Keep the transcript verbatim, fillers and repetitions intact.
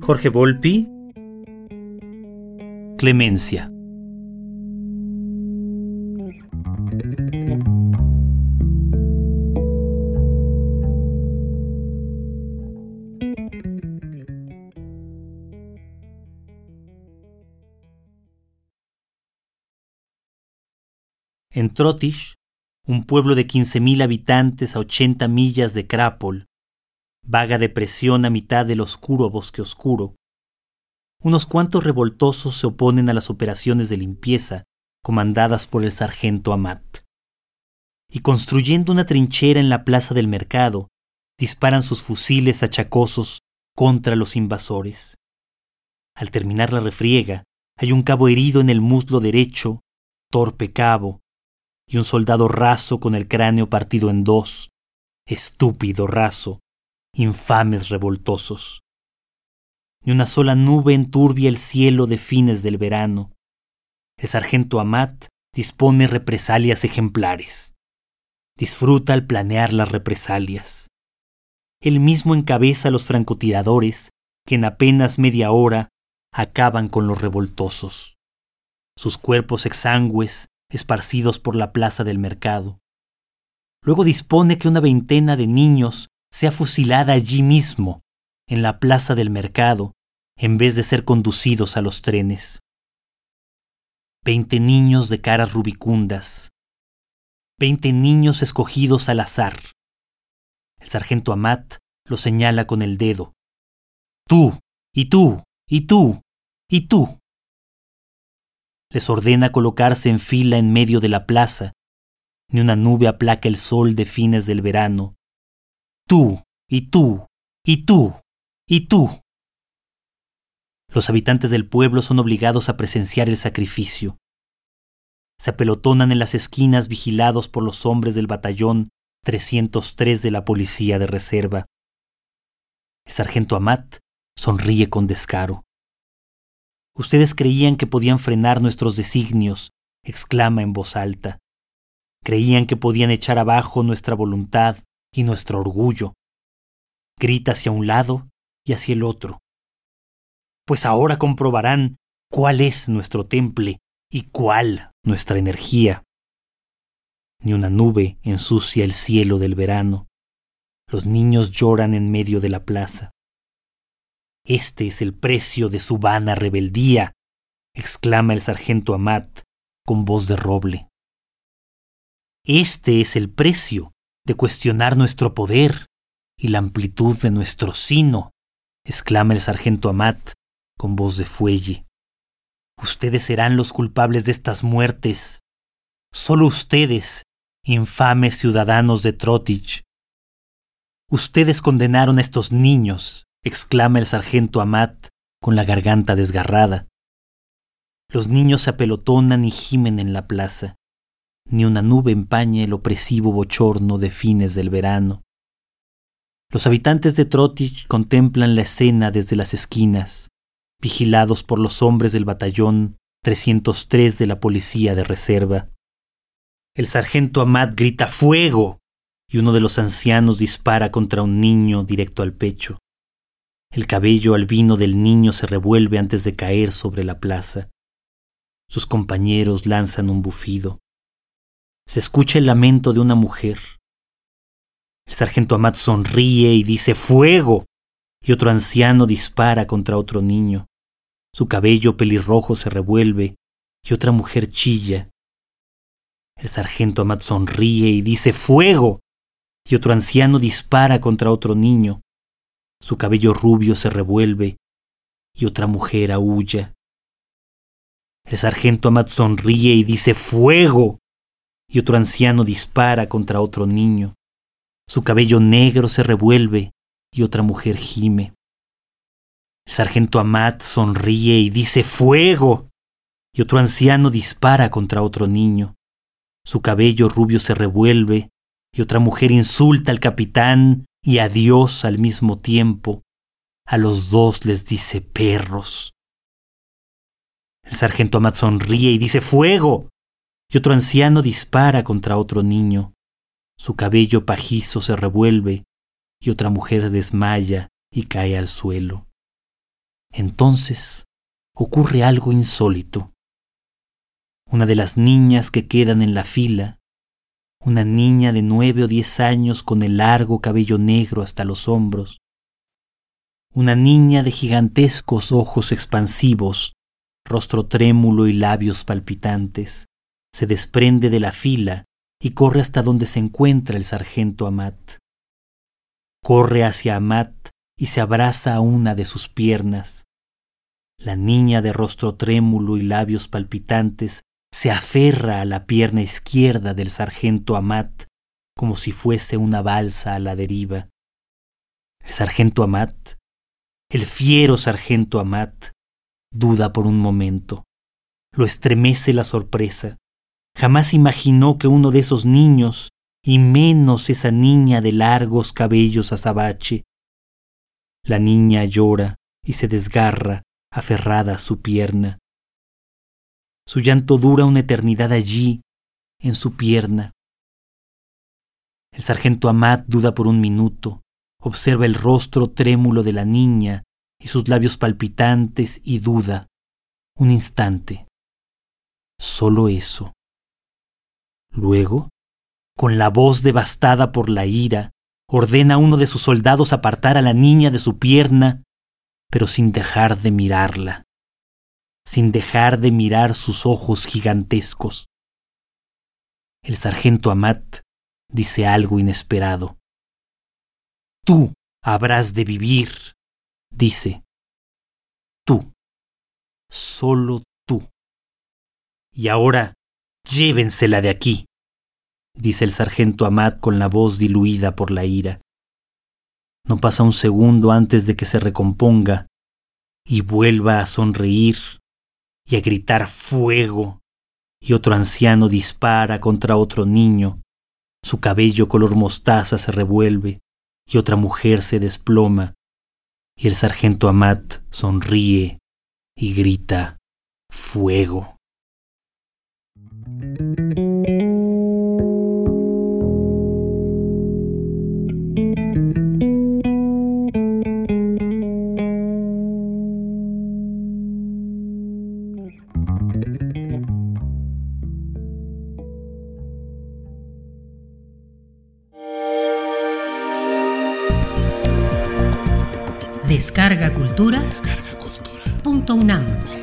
Jorge Volpi, Clemencia. En Trotish, un pueblo de quince mil habitantes a ochenta millas de Crápol, vaga depresión a mitad del oscuro bosque oscuro, unos cuantos revoltosos se oponen a las operaciones de limpieza comandadas por el sargento Amat. Y construyendo una trinchera en la plaza del mercado, disparan sus fusiles achacosos contra los invasores. Al terminar la refriega, hay un cabo herido en el muslo derecho, torpe cabo, y un soldado raso con el cráneo partido en dos, estúpido raso, infames revoltosos. Ni una sola nube enturbia el cielo de fines del verano. El sargento Amat dispone represalias ejemplares. Disfruta al planear las represalias. Él mismo encabeza a los francotiradores que en apenas media hora acaban con los revoltosos. Sus cuerpos exangües esparcidos por la plaza del mercado. Luego dispone que una veintena de niños sea fusilada allí mismo, en la plaza del mercado, en vez de ser conducidos a los trenes. Veinte niños de caras rubicundas. Veinte niños escogidos al azar. El sargento Amat los señala con el dedo. Tú, y tú, y tú, y tú. Les ordena colocarse en fila en medio de la plaza. Ni una nube aplaca el sol de fines del verano. Tú, y tú, y tú, y tú. Los habitantes del pueblo son obligados a presenciar el sacrificio. Se apelotonan en las esquinas vigilados por los hombres del batallón trescientos tres de la policía de reserva. El sargento Amat sonríe con descaro. Ustedes creían que podían frenar nuestros designios, exclama en voz alta. Creían que podían echar abajo nuestra voluntad y nuestro orgullo. Grita hacia un lado y hacia el otro. Pues ahora comprobarán cuál es nuestro temple y cuál nuestra energía. Ni una nube ensucia el cielo del verano. Los niños lloran en medio de la plaza. Este es el precio de su vana rebeldía, exclama el sargento Amat con voz de roble. Este es el precio de cuestionar nuestro poder y la amplitud de nuestro sino, exclama el sargento Amat con voz de fuelle. Ustedes serán los culpables de estas muertes. Solo ustedes, infames ciudadanos de Trotish. Ustedes condenaron a estos niños, exclama el sargento Amat con la garganta desgarrada. Los niños se apelotonan y gimen en la plaza. Ni una nube empaña el opresivo bochorno de fines del verano. Los habitantes de Trotish contemplan la escena desde las esquinas, vigilados por los hombres del batallón trescientos tres de la policía de reserva. El sargento Amat grita ¡fuego! Y uno de los ancianos dispara contra un niño directo al pecho. El cabello albino del niño se revuelve antes de caer sobre la plaza. Sus compañeros lanzan un bufido. Se escucha el lamento de una mujer. El sargento Amat sonríe y dice ¡fuego! Y otro anciano dispara contra otro niño. Su cabello pelirrojo se revuelve y otra mujer chilla. El sargento Amat sonríe y dice ¡fuego! Y otro anciano dispara contra otro niño. Su cabello rubio se revuelve y otra mujer aúlla. El sargento Amat sonríe y dice ¡fuego! Y otro anciano dispara contra otro niño. Su cabello negro se revuelve y otra mujer gime. El sargento Amat sonríe y dice ¡fuego! Y otro anciano dispara contra otro niño. Su cabello rubio se revuelve y otra mujer insulta al capitán y a Dios al mismo tiempo. A los dos les dice perros. El sargento Amat sonríe y dice ¡fuego! Y otro anciano dispara contra otro niño. Su cabello pajizo se revuelve y otra mujer desmaya y cae al suelo. Entonces ocurre algo insólito. Una de las niñas que quedan en la fila, una niña de nueve o diez años con el largo cabello negro hasta los hombros, una niña de gigantescos ojos expansivos, rostro trémulo y labios palpitantes, se desprende de la fila y corre hasta donde se encuentra el sargento Amat. Corre hacia Amat y se abraza a una de sus piernas. La niña de rostro trémulo y labios palpitantes se aferra a la pierna izquierda del sargento Amat como si fuese una balsa a la deriva. El sargento Amat, el fiero sargento Amat, duda por un momento. Lo estremece la sorpresa. Jamás imaginó que uno de esos niños, y menos esa niña de largos cabellos azabache. La niña llora y se desgarra, aferrada a su pierna. Su llanto dura una eternidad allí, en su pierna. El sargento Amat duda por un minuto, observa el rostro trémulo de la niña y sus labios palpitantes y duda. Un instante. Solo eso. Luego, con la voz devastada por la ira, ordena a uno de sus soldados apartar a la niña de su pierna, pero sin dejar de mirarla, sin dejar de mirar sus ojos gigantescos. El sargento Amat dice algo inesperado. Tú habrás de vivir, dice. Tú, solo tú. Y ahora, llévensela de aquí, dice el sargento Amat con la voz diluida por la ira. No pasa un segundo antes de que se recomponga y vuelva a sonreír y a gritar fuego, y otro anciano dispara contra otro niño. Su cabello color mostaza se revuelve y otra mujer se desploma, y el sargento Amat sonríe y grita fuego. Descarga Cultura. Descarga Cultura. Punto UNAM.